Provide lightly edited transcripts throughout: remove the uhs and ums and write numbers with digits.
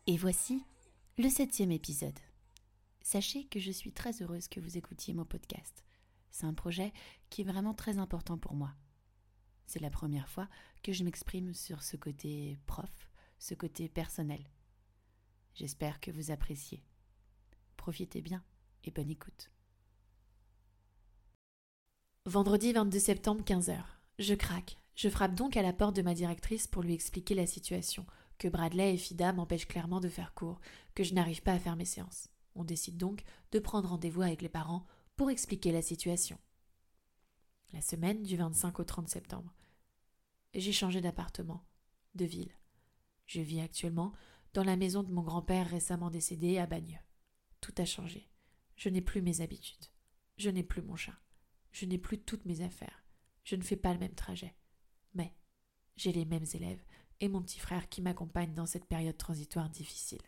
Et voici le 7e épisode. Sachez que je suis très heureuse que vous écoutiez mon podcast. C'est un projet qui est vraiment très important pour moi. C'est la première fois que je m'exprime sur ce côté prof, ce côté personnel. J'espère que vous appréciez. Profitez bien et bonne écoute. Vendredi 22 septembre, 15h. Je craque. Je frappe donc à la porte de ma directrice pour lui expliquer la situation, que Bradley et Fida m'empêchent clairement de faire cours, que je n'arrive pas à faire mes séances. On décide donc de prendre rendez-vous avec les parents pour expliquer la situation. La semaine du 25 au 30 septembre. J'ai changé d'appartement, de ville. Je vis actuellement dans la maison de mon grand-père récemment décédé à Bagneux. Tout a changé. Je n'ai plus mes habitudes. Je n'ai plus mon chat. Je n'ai plus toutes mes affaires. Je ne fais pas le même trajet. Mais j'ai les mêmes élèves et mon petit frère qui m'accompagne dans cette période transitoire difficile.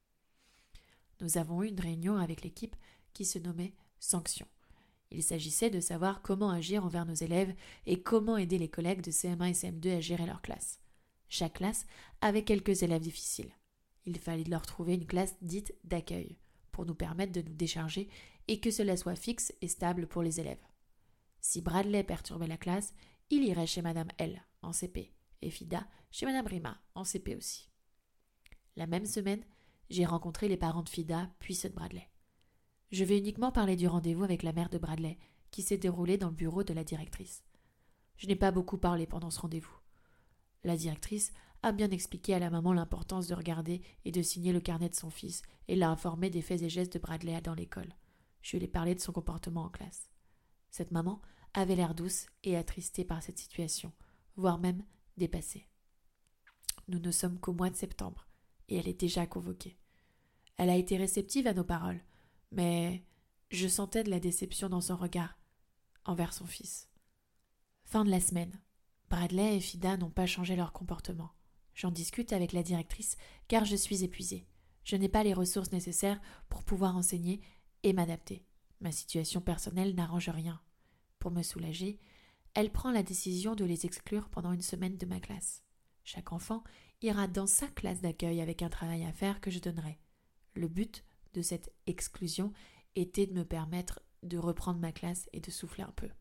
Nous avons eu une réunion avec l'équipe qui se nommait Sanction. Il s'agissait de savoir comment agir envers nos élèves et comment aider les collègues de CM1 et CM2 à gérer leur classe. Chaque classe avait quelques élèves difficiles. Il fallait leur trouver une classe dite d'accueil pour nous permettre de nous décharger et que cela soit fixe et stable pour les élèves. Si Bradley perturbait la classe, il irait chez Madame L en CP et Fida chez Madame Rima en CP aussi. La même semaine, j'ai rencontré les parents de Fida puis ceux de Bradley. Je vais uniquement parler du rendez-vous avec la mère de Bradley qui s'est déroulé dans le bureau de la directrice. Je n'ai pas beaucoup parlé pendant ce rendez-vous. La directrice a bien expliqué à la maman l'importance de regarder et de signer le carnet de son fils et l'a informé des faits et gestes de Bradley dans l'école. Je lui ai parlé de son comportement en classe. Cette maman avait l'air douce et attristée par cette situation, voire même dépassée. Nous ne sommes qu'au mois de septembre, et elle est déjà convoquée. Elle a été réceptive à nos paroles, mais je sentais de la déception dans son regard envers son fils. Fin de la semaine. Bradley et Fida n'ont pas changé leur comportement. J'en discute avec la directrice car je suis épuisée. Je n'ai pas les ressources nécessaires pour pouvoir enseigner et m'adapter. Ma situation personnelle n'arrange rien. Pour me soulager, elle prend la décision de les exclure pendant une semaine de ma classe. Chaque enfant ira dans sa classe d'accueil avec un travail à faire que je donnerai. Le but de cette exclusion était de me permettre de reprendre ma classe et de souffler un peu.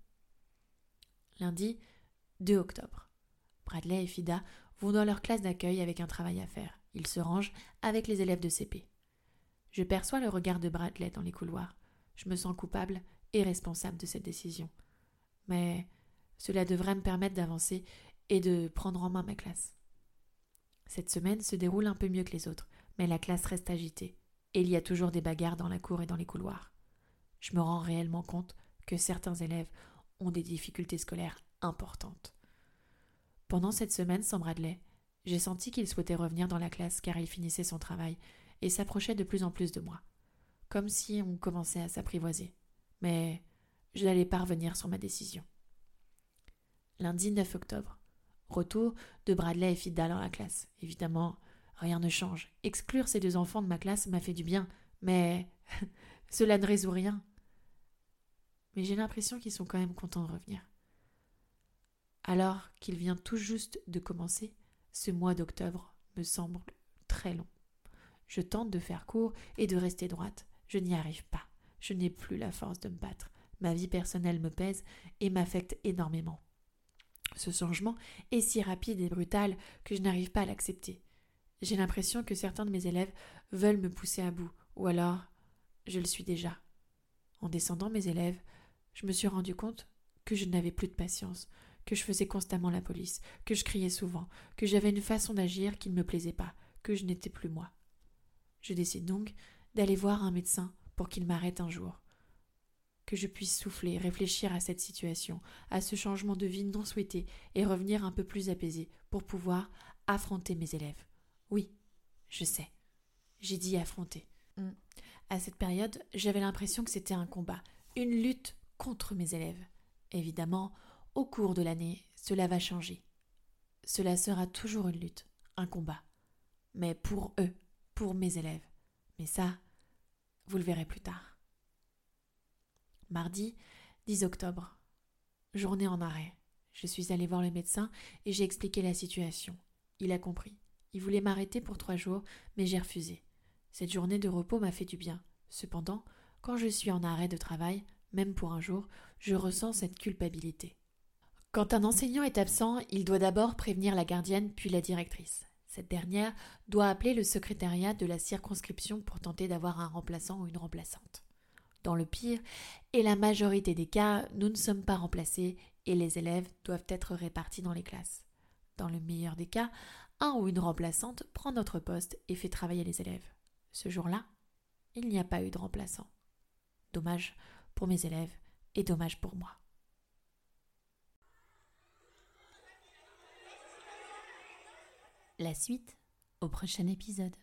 Lundi 2 octobre. Bradley et Fida vont dans leur classe d'accueil avec un travail à faire. Ils se rangent avec les élèves de CP. Je perçois le regard de Bradley dans les couloirs. Je me sens coupable et responsable de cette décision. Mais cela devrait me permettre d'avancer et de prendre en main ma classe. Cette semaine se déroule un peu mieux que les autres, mais la classe reste agitée, et il y a toujours des bagarres dans la cour et dans les couloirs. Je me rends réellement compte que certains élèves ont des difficultés scolaires importantes. Pendant cette semaine sans Bradley, j'ai senti qu'il souhaitait revenir dans la classe car il finissait son travail et s'approchait de plus en plus de moi, comme si on commençait à s'apprivoiser. Mais je n'allais pas revenir sur ma décision. Lundi 9 octobre. Retour de Bradley et Fida dans la classe. Évidemment, rien ne change. Exclure ces deux enfants de ma classe m'a fait du bien, mais cela ne résout rien. Mais j'ai l'impression qu'ils sont quand même contents de revenir. Alors qu'il vient tout juste de commencer, ce mois d'octobre me semble très long. Je tente de faire court et de rester droite. Je n'y arrive pas. Je n'ai plus la force de me battre. Ma vie personnelle me pèse et m'affecte énormément. Ce changement est si rapide et brutal que je n'arrive pas à l'accepter. J'ai l'impression que certains de mes élèves veulent me pousser à bout, ou alors je le suis déjà. En descendant mes élèves, je me suis rendu compte que je n'avais plus de patience, que je faisais constamment la police, que je criais souvent, que j'avais une façon d'agir qui ne me plaisait pas, que je n'étais plus moi. Je décide donc d'aller voir un médecin pour qu'il m'arrête un jour. Que je puisse souffler, réfléchir à cette situation, à ce changement de vie non souhaité et revenir un peu plus apaisé pour pouvoir affronter mes élèves. Oui, je sais. J'ai dit affronter. À cette période, j'avais l'impression que c'était un combat, une lutte contre mes élèves. Évidemment, au cours de l'année, cela va changer. Cela sera toujours une lutte, un combat. Mais pour eux, pour mes élèves. Mais ça, vous le verrez plus tard. Mardi 10 octobre. Journée en arrêt. Je suis allée voir le médecin et j'ai expliqué la situation. Il a compris. Il voulait m'arrêter pour 3 jours, mais j'ai refusé. Cette journée de repos m'a fait du bien. Cependant, quand je suis en arrêt de travail, même pour un jour, je ressens cette culpabilité. Quand un enseignant est absent, il doit d'abord prévenir la gardienne puis la directrice. Cette dernière doit appeler le secrétariat de la circonscription pour tenter d'avoir un remplaçant ou une remplaçante. Dans le pire et la majorité des cas, nous ne sommes pas remplacés et les élèves doivent être répartis dans les classes. Dans le meilleur des cas, un ou une remplaçante prend notre poste et fait travailler les élèves. Ce jour-là, il n'y a pas eu de remplaçant. Dommage pour mes élèves et dommage pour moi. La suite au prochain épisode.